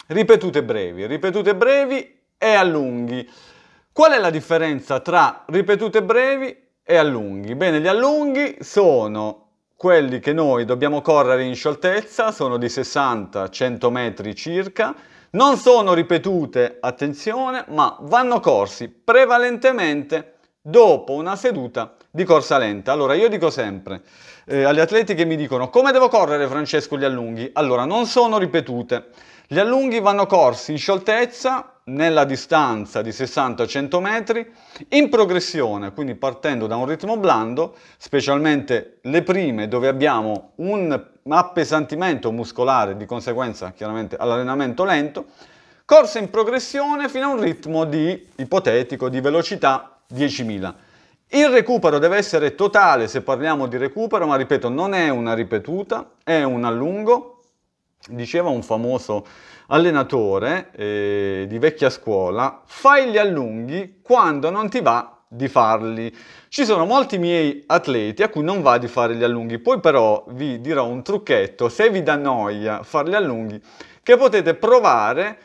ripetute brevi e allunghi. Qual è la differenza tra ripetute brevi e allunghi? Bene, gli allunghi sono quelli che noi dobbiamo correre in scioltezza, sono di 60-100 metri circa, non sono ripetute, attenzione, ma vanno corsi prevalentemente dopo una seduta di corsa lenta. Allora, io dico sempre agli atleti che mi dicono come devo correre, Francesco, gli allunghi? Allora, non sono ripetute. Gli allunghi vanno corsi in scioltezza nella distanza di 60-100 metri in progressione, quindi partendo da un ritmo blando, specialmente le prime dove abbiamo un appesantimento muscolare, di conseguenza chiaramente all'allenamento lento, corsa in progressione fino a un ritmo di ipotetico di velocità 10.000. Il recupero deve essere totale se parliamo di recupero, ma ripeto, non è una ripetuta, è un allungo. Diceva un famoso allenatore di vecchia scuola, fai gli allunghi quando non ti va di farli. Ci sono molti miei atleti a cui non va di fare gli allunghi, poi però vi dirò un trucchetto, se vi dà noia fare gli allunghi, che potete provare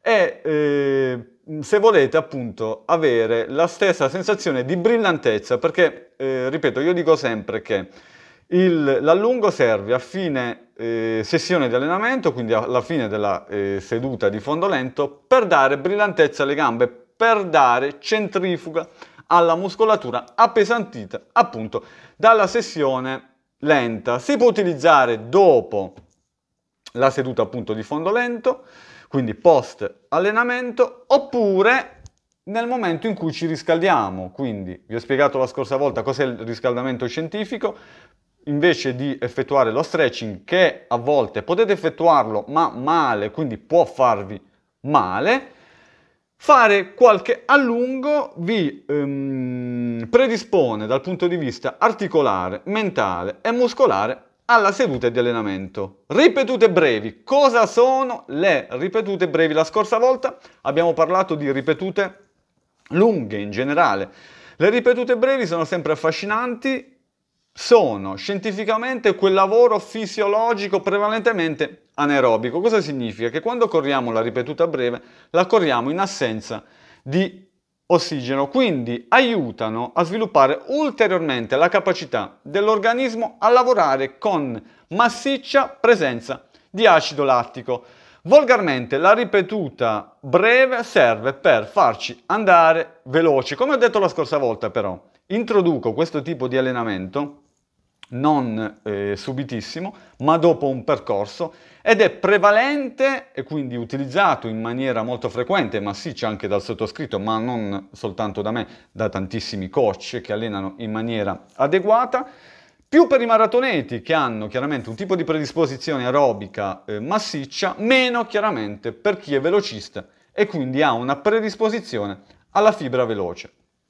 e se volete appunto avere la stessa sensazione di brillantezza, perché ripeto, io dico sempre che l'allungo serve a fine sessione di allenamento, quindi alla fine della seduta di fondo lento, per dare brillantezza alle gambe, per dare centrifuga alla muscolatura appesantita appunto dalla sessione lenta. Si può utilizzare dopo la seduta appunto di fondo lento, quindi post allenamento, oppure nel momento in cui ci riscaldiamo. Quindi vi ho spiegato la scorsa volta cos'è il riscaldamento scientifico. Invece di effettuare lo stretching, che a volte potete effettuarlo ma male, quindi può farvi male, fare qualche allungo vi predispone dal punto di vista articolare, mentale e muscolare alla seduta di allenamento. Ripetute brevi. Cosa sono le ripetute brevi? La scorsa volta abbiamo parlato di ripetute lunghe in generale. Le ripetute brevi sono sempre affascinanti, sono scientificamente quel lavoro fisiologico prevalentemente anaerobico. Cosa significa? Che quando corriamo la ripetuta breve la corriamo in assenza di ossigeno, quindi aiutano a sviluppare ulteriormente la capacità dell'organismo a lavorare con massiccia presenza di acido lattico. Volgarmente la ripetuta breve serve per farci andare veloci. Come ho detto la scorsa volta però, introduco questo tipo di allenamento non subitissimo, ma dopo un percorso, ed è prevalente e quindi utilizzato in maniera molto frequente e massiccia anche dal sottoscritto, ma non soltanto da me, da tantissimi coach che allenano in maniera adeguata, più per i maratoneti che hanno chiaramente un tipo di predisposizione aerobica massiccia, meno chiaramente per chi è velocista e quindi ha una predisposizione alla fibra veloce.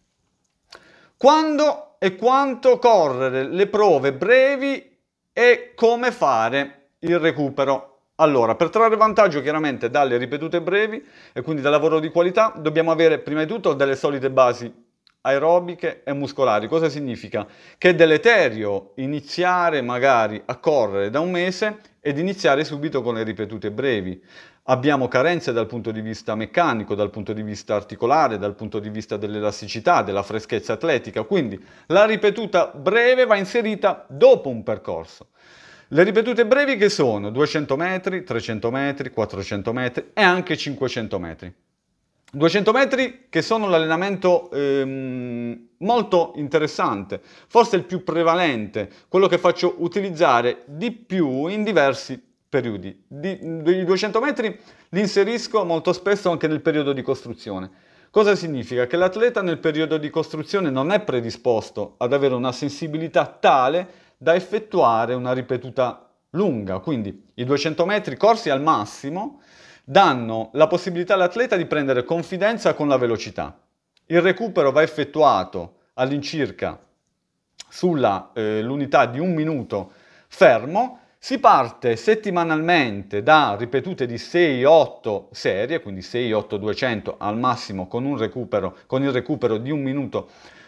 Quando e quanto correre le prove brevi e come fare il recupero? Allora, per trarre vantaggio chiaramente dalle ripetute brevi e quindi dal lavoro di qualità, dobbiamo avere prima di tutto delle solide basi aerobiche e muscolari. Cosa significa? Che è deleterio iniziare magari a correre da un mese ed iniziare subito con le ripetute brevi. Abbiamo carenze dal punto di vista meccanico, dal punto di vista articolare, dal punto di vista dell'elasticità, della freschezza atletica, quindi la ripetuta breve va inserita dopo un percorso. Le ripetute brevi che sono 200 metri, 300 metri, 400 metri e anche 500 metri. 200 metri che sono l'allenamento molto interessante, forse il più prevalente, quello che faccio utilizzare di più in diversi periodi. I 200 metri li inserisco molto spesso anche nel periodo di costruzione. Cosa significa? Che l'atleta nel periodo di costruzione non è predisposto ad avere una sensibilità tale da effettuare una ripetuta lunga, quindi i 200 metri corsi al massimo danno la possibilità all'atleta di prendere confidenza con la velocità. Il recupero va effettuato all'incirca sulla l'unità di un minuto fermo. Si parte settimanalmente da ripetute di 6-8 serie, quindi 6-8-200 al massimo con il recupero di un minuto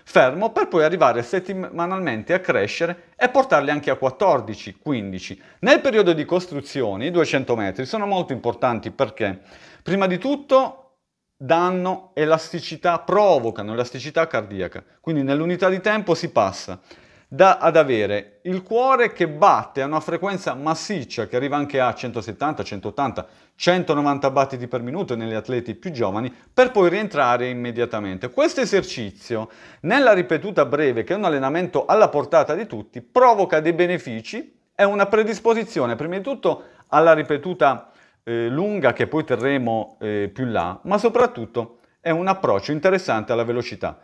fermo per poi arrivare settimanalmente a crescere e portarli anche a 14, 15. Nel periodo di costruzione i 200 metri sono molto importanti perché prima di tutto danno elasticità, provocano elasticità cardiaca, quindi nell'unità di tempo si passa ad avere il cuore che batte a una frequenza massiccia che arriva anche a 170, 180, 190 battiti per minuto negli atleti più giovani per poi rientrare immediatamente. Questo esercizio nella ripetuta breve, che è un allenamento alla portata di tutti, provoca dei benefici e una predisposizione prima di tutto alla ripetuta lunga che poi terremo più là, ma soprattutto è un approccio interessante alla velocità.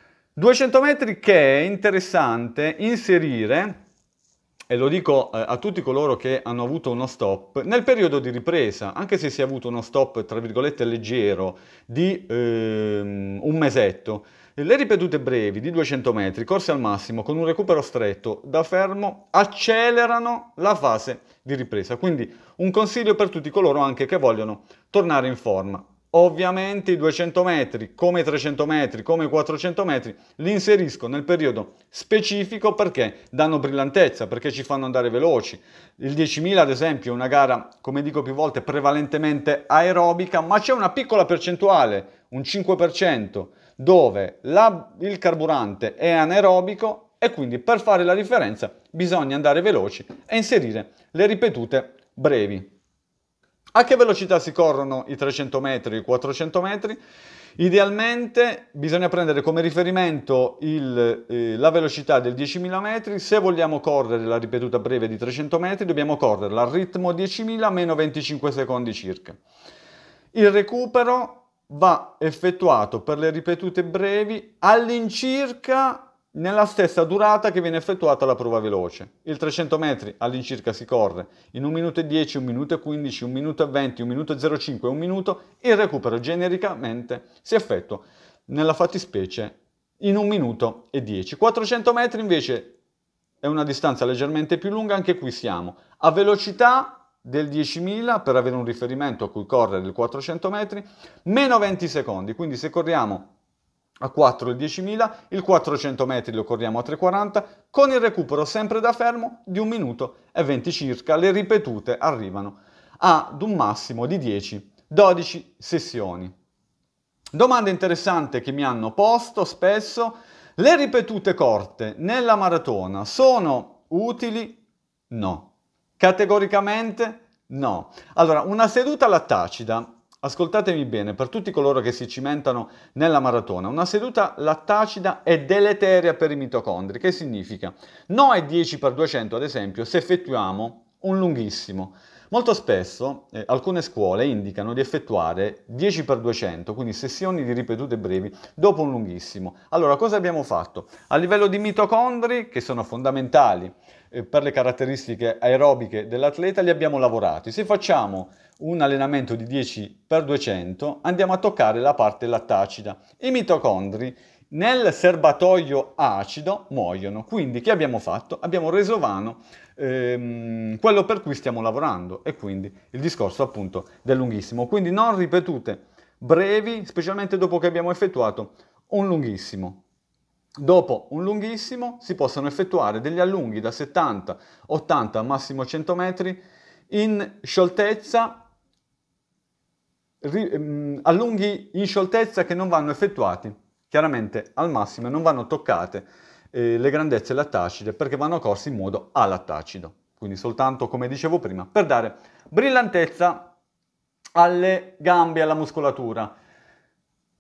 200 metri che è interessante inserire, e lo dico a tutti coloro che hanno avuto uno stop, nel periodo di ripresa, anche se si è avuto uno stop, tra virgolette, leggero, di un mesetto, le ripetute brevi di 200 metri, corse al massimo, con un recupero stretto da fermo, accelerano la fase di ripresa. Quindi un consiglio per tutti coloro anche che vogliono tornare in forma. Ovviamente i 200 metri, come i 300 metri, come i 400 metri, li inserisco nel periodo specifico perché danno brillantezza, perché ci fanno andare veloci. Il 10.000 ad esempio è una gara, come dico più volte, prevalentemente aerobica, ma c'è una piccola percentuale, un 5%, dove il carburante è anaerobico e quindi per fare la differenza bisogna andare veloci e inserire le ripetute brevi. A che velocità si corrono i 300 metri e i 400 metri? Idealmente bisogna prendere come riferimento la velocità del 10.000 metri. Se vogliamo correre la ripetuta breve di 300 metri dobbiamo correrla al ritmo 10.000 meno 25 secondi circa. Il recupero va effettuato per le ripetute brevi all'incirca nella stessa durata che viene effettuata la prova veloce. Il 300 metri all'incirca si corre in 1 minuto e 10, 1 minuto e 15, 1 minuto e 20, 1 minuto e 05, 1 minuto. Il recupero genericamente si effettua nella fattispecie in 1 minuto e 10. 400 metri invece è una distanza leggermente più lunga, anche qui siamo a velocità del 10.000 per avere un riferimento a cui correre il 400 metri, meno 20 secondi, quindi se corriamo a 4 il 10.000, il 400 metri lo corriamo a 3,40, con il recupero sempre da fermo di 1 minuto e 20 circa. Le ripetute arrivano ad un massimo di 10-12 sessioni. Domanda interessante che mi hanno posto spesso: le ripetute corte nella maratona sono utili? No. Categoricamente no. Allora, una seduta lattacida, ascoltatemi bene, per tutti coloro che si cimentano nella maratona, una seduta lattacida è deleteria per i mitocondri. Che significa? No ai 10x200, ad esempio, se effettuiamo un lunghissimo. Molto spesso alcune scuole indicano di effettuare 10x200, quindi sessioni di ripetute brevi, dopo un lunghissimo. Allora, cosa abbiamo fatto? A livello di mitocondri, che sono fondamentali per le caratteristiche aerobiche dell'atleta, li abbiamo lavorati. Se facciamo un allenamento di 10x200 andiamo a toccare la parte lattacida. I mitocondri nel serbatoio acido muoiono, quindi che abbiamo fatto? Abbiamo reso vano quello per cui stiamo lavorando, e quindi il discorso appunto del lunghissimo. Quindi non ripetute brevi, specialmente dopo che abbiamo effettuato un lunghissimo. Dopo un lunghissimo si possono effettuare degli allunghi da 70, 80, massimo 100 metri in scioltezza, allunghi in scioltezza che non vanno effettuati chiaramente al massimo e non vanno toccate le grandezze lattacide, perché vanno corsi in modo alattacido, quindi soltanto, come dicevo prima, per dare brillantezza alle gambe e alla muscolatura.